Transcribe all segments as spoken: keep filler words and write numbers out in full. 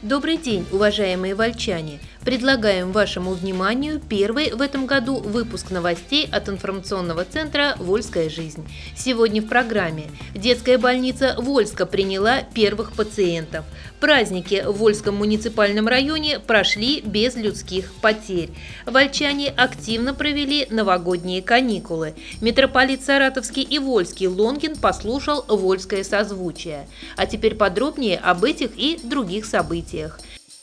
Добрый день, уважаемые вольчане! Предлагаем вашему вниманию первый в этом году выпуск новостей от информационного центра «Вольская жизнь». Сегодня в программе детская больница Вольска приняла первых пациентов. Праздники в Вольском муниципальном районе прошли без людских потерь. Вольчане активно провели новогодние каникулы. Митрополит Саратовский и Вольский Лонгин послушал вольское созвучие. А теперь подробнее об этих и других событиях.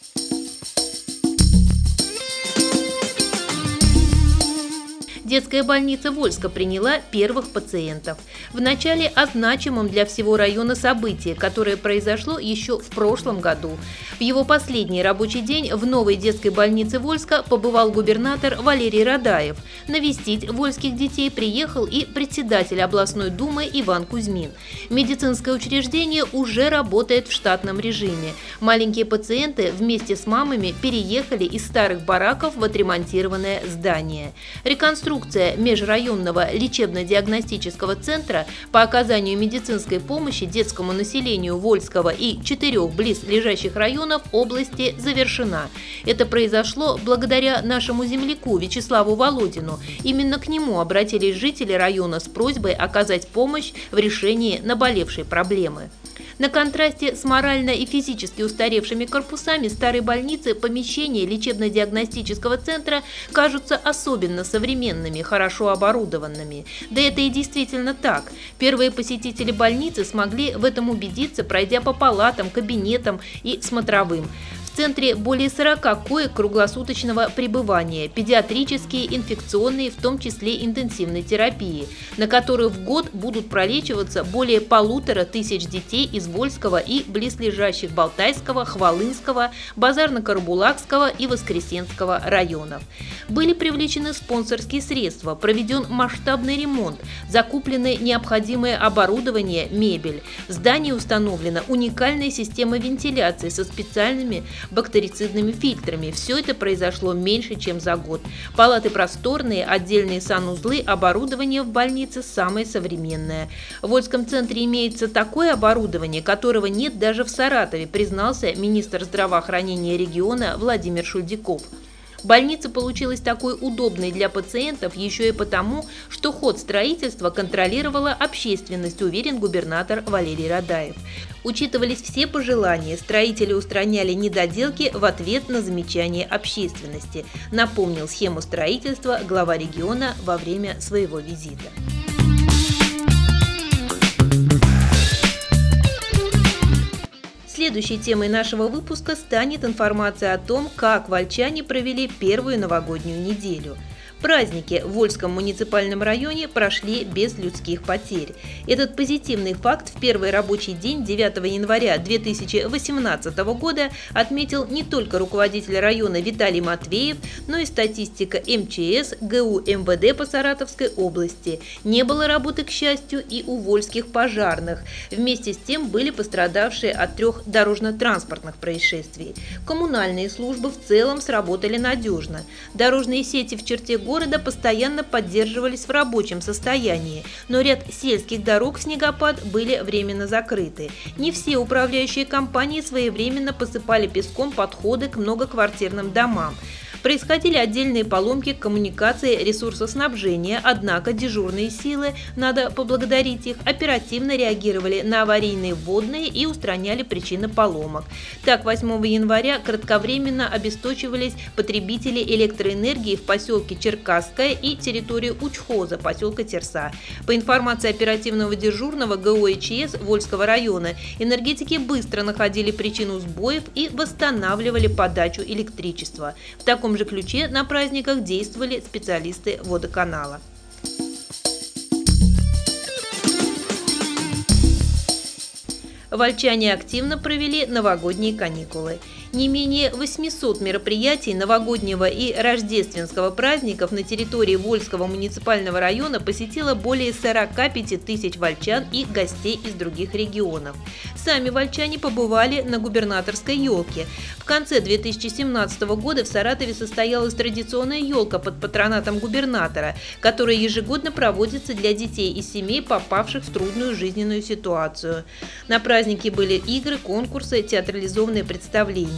Детская больница Вольска приняла первых пациентов. Вначале о значимом для всего района событии, которое произошло еще в прошлом году. В его последний рабочий день в новой детской больнице Вольска побывал губернатор Валерий Радаев. Навестить вольских детей приехал и председатель областной думы Иван Кузьмин. Медицинское учреждение уже работает в штатном режиме. Маленькие пациенты вместе с мамами переехали из старых бараков в отремонтированное здание. Реконструкция межрайонного лечебно-диагностического центра по оказанию медицинской помощи детскому населению Вольского и четырех близлежащих районов области завершена. Это произошло благодаря нашему земляку Вячеславу Володину. Именно к нему обратились жители района с просьбой оказать помощь в решении наболевшей проблемы. На контрасте с морально и физически устаревшими корпусами старой больницы помещения лечебно-диагностического центра кажутся особенно современными, хорошо оборудованными. Да это и действительно так. Первые посетители больницы смогли в этом убедиться, пройдя по палатам, кабинетам и смотровым. В центре более сорока коек круглосуточного пребывания, педиатрические, инфекционные, в том числе интенсивной терапии, на которые в год будут пролечиваться более полутора тысяч детей из Вольского и близлежащих Балтайского, Хвалынского, Базарно-Карабулакского и Воскресенского районов. Были привлечены спонсорские средства, проведен масштабный ремонт, закуплены необходимое оборудование, мебель. В здании установлена уникальная система вентиляции со специальными бактерицидными фильтрами. Все это произошло меньше, чем за год. Палаты просторные, отдельные санузлы, оборудование в больнице самое современное. В Вольском центре имеется такое оборудование, которого нет даже в Саратове, признался министр здравоохранения региона Владимир Шульдяков. Больница получилась такой удобной для пациентов еще и потому, что ход строительства контролировала общественность, уверен губернатор Валерий Радаев. Учитывались все пожелания, строители устраняли недоделки в ответ на замечания общественности, напомнил схему строительства глава региона во время своего визита. Следующей темой нашего выпуска станет информация о том, как вольчане провели первую новогоднюю неделю. Праздники в Вольском муниципальном районе прошли без людских потерь. Этот позитивный факт в первый рабочий день девятого января две тысячи восемнадцатого года отметил не только руководитель района Виталий Матвеев, но и статистика эм че эс, гэ у эм вэ дэ по Саратовской области. Не было работы, к счастью, и у вольских пожарных. Вместе с тем были пострадавшие от трех дорожно-транспортных происшествий. Коммунальные службы в целом сработали надежно. Дорожные сети в черте города города постоянно поддерживались в рабочем состоянии, но ряд сельских дорог в снегопад были временно закрыты. Не все управляющие компании своевременно посыпали песком подходы к многоквартирным домам. Происходили отдельные поломки коммуникации ресурсоснабжения, однако дежурные силы, надо поблагодарить их, оперативно реагировали на аварийные вводные и устраняли причины поломок. Так, восьмого января кратковременно обесточивались потребители электроэнергии в поселке Черкасское и территории учхоза поселка Терса. По информации оперативного дежурного гэ у эйч эс Вольского района, энергетики быстро находили причину сбоев и восстанавливали подачу электричества. В таком В таком же ключе на праздниках действовали специалисты водоканала. Вольчане активно провели новогодние каникулы. Не менее восьмисот мероприятий новогоднего и рождественского праздников на территории Вольского муниципального района посетило более сорока пяти тысяч вольчан и гостей из других регионов. Сами вольчане побывали на губернаторской елке. В конце две тысячи семнадцатого года в Саратове состоялась традиционная елка под патронатом губернатора, которая ежегодно проводится для детей из семей, попавших в трудную жизненную ситуацию. На празднике были игры, конкурсы, театрализованные представления.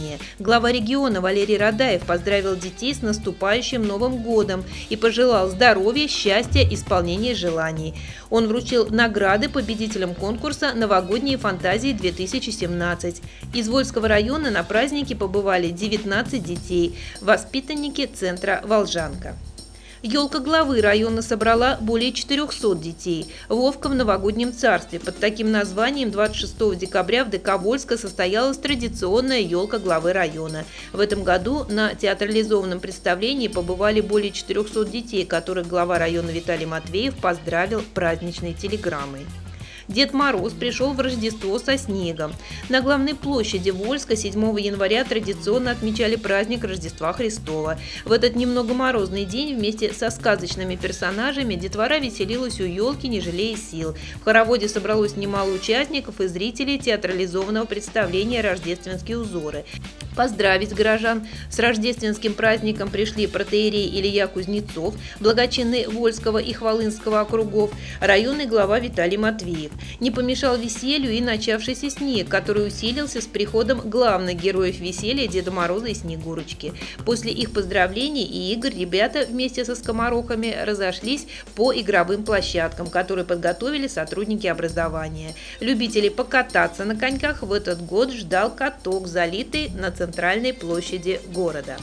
рождения. Глава региона Валерий Радаев поздравил детей с наступающим Новым годом и пожелал здоровья, счастья, исполнения желаний. Он вручил награды победителям конкурса «Новогодние фантазии-две тысячи семнадцать». Из Вольского района на празднике побывали девятнадцать детей, воспитанники центра «Волжанка». Елка главы района собрала более четырехсот детей. Вовка в новогоднем царстве. Под таким названием двадцать шестого декабря в ДК Вольска состоялась традиционная елка главы района. В этом году на театрализованном представлении побывали более четырехсот детей, которых глава района Виталий Матвеев поздравил праздничной телеграммой. Дед Мороз пришел в Рождество со снегом. На главной площади Вольска седьмого января традиционно отмечали праздник Рождества Христова. В этот немного морозный день вместе со сказочными персонажами детвора веселилась у елки, не жалея сил. В хороводе собралось немало участников и зрителей театрализованного представления «Рождественские узоры». Поздравить горожан с рождественским праздником пришли протоиерей Илья Кузнецов, благочинный Вольского и Хвалынского округов, районный глава Виталий Матвеев. Не помешал веселью и начавшийся снег, который усилился с приходом главных героев веселья Деда Мороза и Снегурочки. После их поздравлений и игр ребята вместе со скоморохами разошлись по игровым площадкам, которые подготовили сотрудники образования. Любителей покататься на коньках в этот год ждал каток, залитый на центральной площади города.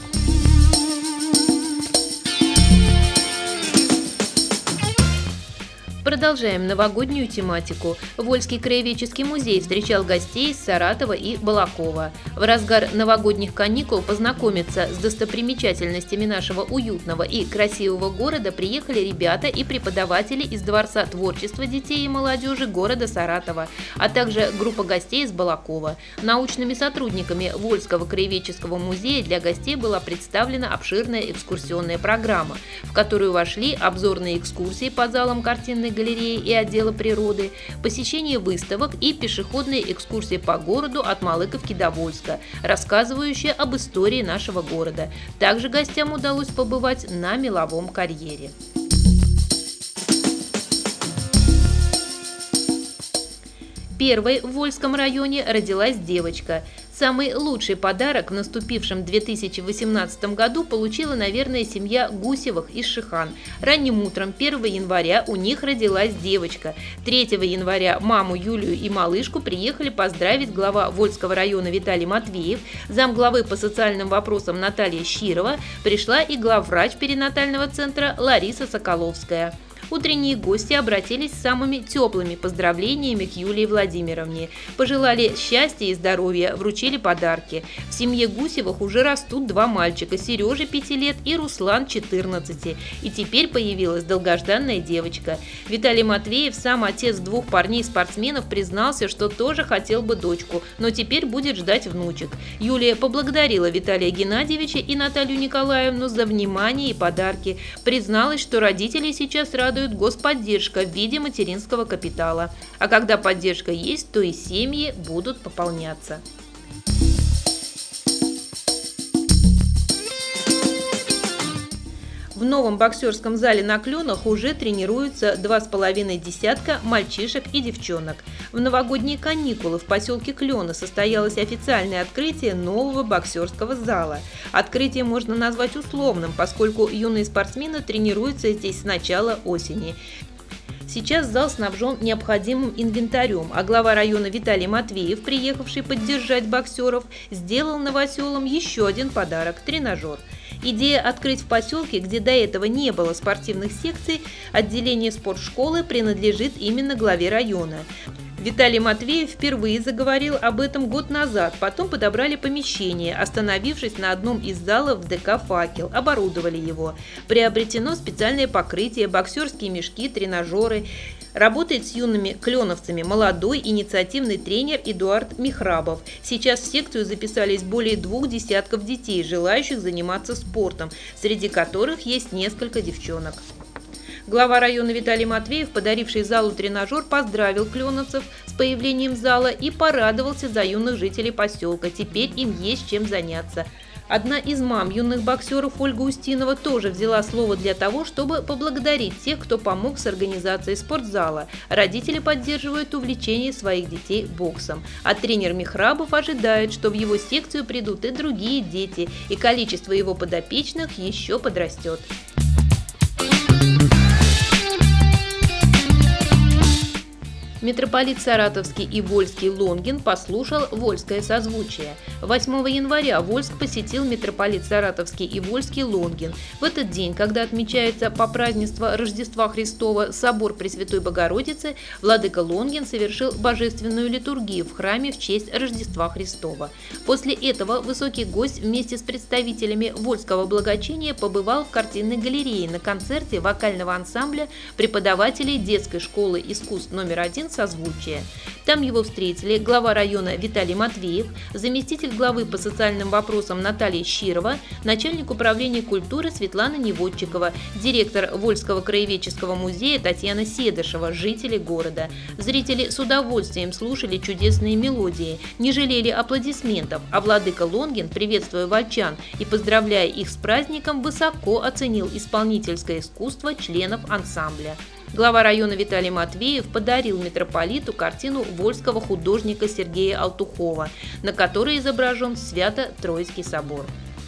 Продолжаем новогоднюю тематику. Вольский краеведческий музей встречал гостей из Саратова и Балакова. В разгар новогодних каникул познакомиться с достопримечательностями нашего уютного и красивого города приехали ребята и преподаватели из Дворца творчества детей и молодежи города Саратова, а также группа гостей из Балакова. Научными сотрудниками Вольского краеведческого музея для гостей была представлена обширная экскурсионная программа, в которую вошли обзорные экскурсии по залам картинной галереи и отдела природы, посещение выставок и пешеходные экскурсии по городу от Малыковки до Вольска, рассказывающие об истории нашего города. Также гостям удалось побывать на меловом карьере. Первой в Вольском районе родилась девочка. Самый лучший подарок в наступившем две тысячи восемнадцатом году получила, наверное, семья Гусевых из Шихан. Ранним утром первого января у них родилась девочка. третьего января маму Юлию и малышку приехали поздравить глава Вольского района Виталий Матвеев, замглавы по социальным вопросам Наталья Щирова, пришла и главврач перинатального центра Лариса Соколовская. Утренние гости обратились с самыми теплыми поздравлениями к Юлии Владимировне. Пожелали счастья и здоровья, вручили подарки. В семье Гусевых уже растут два мальчика – Сережа пяти лет и Руслан четырнадцати. И теперь появилась долгожданная девочка. Виталий Матвеев, сам отец двух парней-спортсменов, признался, что тоже хотел бы дочку, но теперь будет ждать внучек. Юлия поблагодарила Виталия Геннадьевича и Наталью Николаевну за внимание и подарки. Призналась, что родители сейчас радуют господдержка в виде материнского капитала. А когда поддержка есть, то и семьи будут пополняться. В новом боксерском зале на Кленах уже тренируются два с половиной десятка мальчишек и девчонок. В новогодние каникулы в поселке Клены состоялось официальное открытие нового боксерского зала. Открытие можно назвать условным, поскольку юные спортсмены тренируются здесь с начала осени. Сейчас зал снабжен необходимым инвентарем, а глава района Виталий Матвеев, приехавший поддержать боксеров, сделал новоселам еще один подарок – тренажер. Идея открыть в поселке, где до этого не было спортивных секций, отделение спортшколы принадлежит именно главе района. Виталий Матвеев впервые заговорил об этом год назад, потом подобрали помещение, остановившись на одном из залов ДК «Факел», оборудовали его. Приобретено специальное покрытие, боксерские мешки, тренажеры. Работает с юными кленовцами молодой инициативный тренер Эдуард Михрабов. Сейчас в секцию записались более двух десятков детей, желающих заниматься спортом, среди которых есть несколько девчонок. Глава района Виталий Матвеев, подаривший залу тренажер, поздравил кленовцев с появлением зала и порадовался за юных жителей поселка. Теперь им есть чем заняться. Одна из мам юных боксеров, Ольга Устинова, тоже взяла слово для того, чтобы поблагодарить тех, кто помог с организацией спортзала. Родители поддерживают увлечение своих детей боксом. А тренер Михрабов ожидает, что в его секцию придут и другие дети, и количество его подопечных еще подрастет. Митрополит Саратовский и Вольский Лонгин послушал Вольское созвучие. восьмого января Вольск посетил митрополит Саратовский и Вольский Лонгин. В этот день, когда отмечается по празднеству Рождества Христова собор Пресвятой Богородицы, владыка Лонгин совершил божественную литургию в храме в честь Рождества Христова. После этого высокий гость вместе с представителями Вольского благочиния побывал в картинной галерее на концерте вокального ансамбля преподавателей детской школы искусств номер один «Созвучие». Там его встретили глава района Виталий Матвеев, заместитель главы по социальным вопросам Наталья Щирова, начальник управления культуры Светлана Неводчикова, директор Вольского краеведческого музея Татьяна Седышева, жители города. Зрители с удовольствием слушали чудесные мелодии, не жалели аплодисментов, а владыка Лонгин, приветствуя вольчан и поздравляя их с праздником, высоко оценил исполнительское искусство членов ансамбля. Глава района Виталий Матвеев подарил митрополиту картину вольского художника Сергея Алтухова, на которой изображен Свято-Троицкий собор.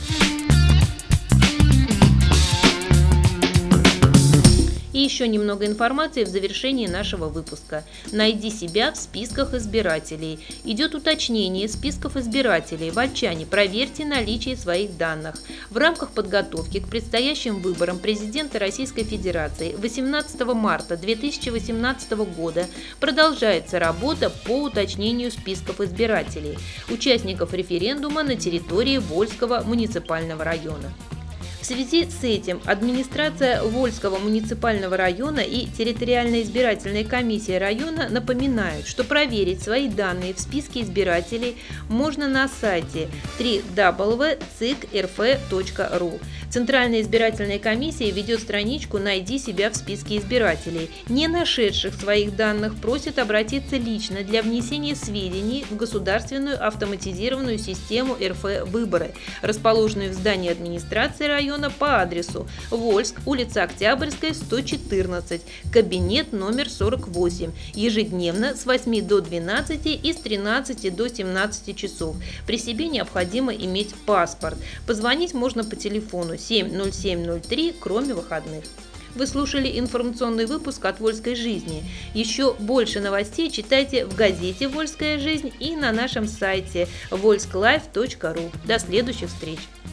И еще немного информации в завершении нашего выпуска. Найди себя в списках избирателей. Идет уточнение списков избирателей. Вольчане, проверьте наличие своих данных. В рамках подготовки к предстоящим выборам президента Российской Федерации восемнадцатого марта две тысячи восемнадцатого года продолжается работа по уточнению списков избирателей, участников референдума на территории Вольского муниципального района. В связи с этим администрация Вольского муниципального района и территориальная избирательная комиссия района напоминают, что проверить свои данные в списке избирателей можно на сайте дабл ю дабл ю дабл ю точка цик эр эф точка ру. Центральная избирательная комиссия ведет страничку «Найди себя в списке избирателей». Не нашедших своих данных просят обратиться лично для внесения сведений в государственную автоматизированную систему эр эф «Выборы», расположенную в здании администрации района по адресу Вольск, улица Октябрьская, сто четырнадцать, кабинет номер сорок восемь, ежедневно с восьми до двенадцати и с тринадцати до семнадцати часов. При себе необходимо иметь паспорт. Позвонить можно по телефону семь ноль семь ноль три, кроме выходных. Вы слушали информационный выпуск от «Вольской жизни». Еще больше новостей читайте в газете «Вольская жизнь» и на нашем сайте вольсклайв точка ру. До следующих встреч!